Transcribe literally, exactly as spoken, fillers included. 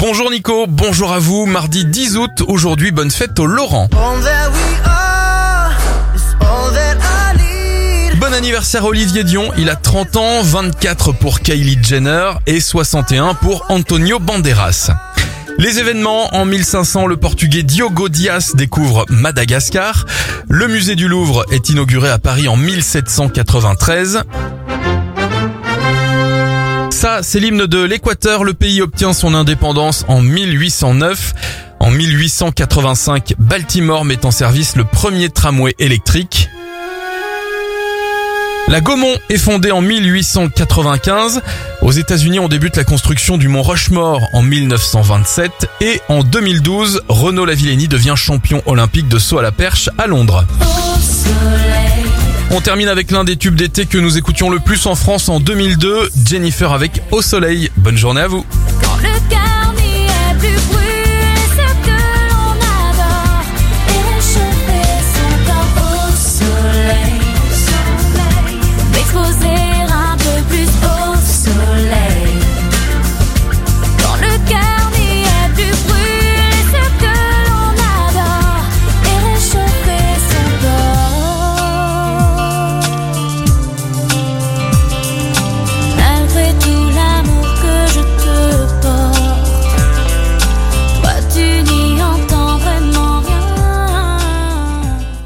Bonjour Nico, bonjour à vous. Mardi dix août, aujourd'hui, bonne fête au Laurent. Bon anniversaire à Olivier Dion, il a trente ans, vingt-quatre pour Kylie Jenner et soixante et un pour Antonio Banderas. Les événements, en mille cinq cents, le portugais Diogo Dias découvre Madagascar. Le musée du Louvre est inauguré à Paris en mille sept cent quatre-vingt-treize. Ça, c'est l'hymne de l'Équateur. Le pays obtient son indépendance en mille huit cent neuf. En mille huit cent quatre-vingt-cinq, Baltimore met en service le premier tramway électrique. La Gaumont est fondée en mille huit cent quatre-vingt-quinze. Aux États-Unis, on débute la construction du mont Rushmore en mille neuf cent vingt-sept. Et en deux mille douze, Renaud Lavillenie devient champion olympique de saut à la perche à Londres. On termine avec l'un des tubes d'été que nous écoutions le plus en France en deux mille deux, Jennifer avec Au Soleil. Bonne journée à vous. Quand le cœur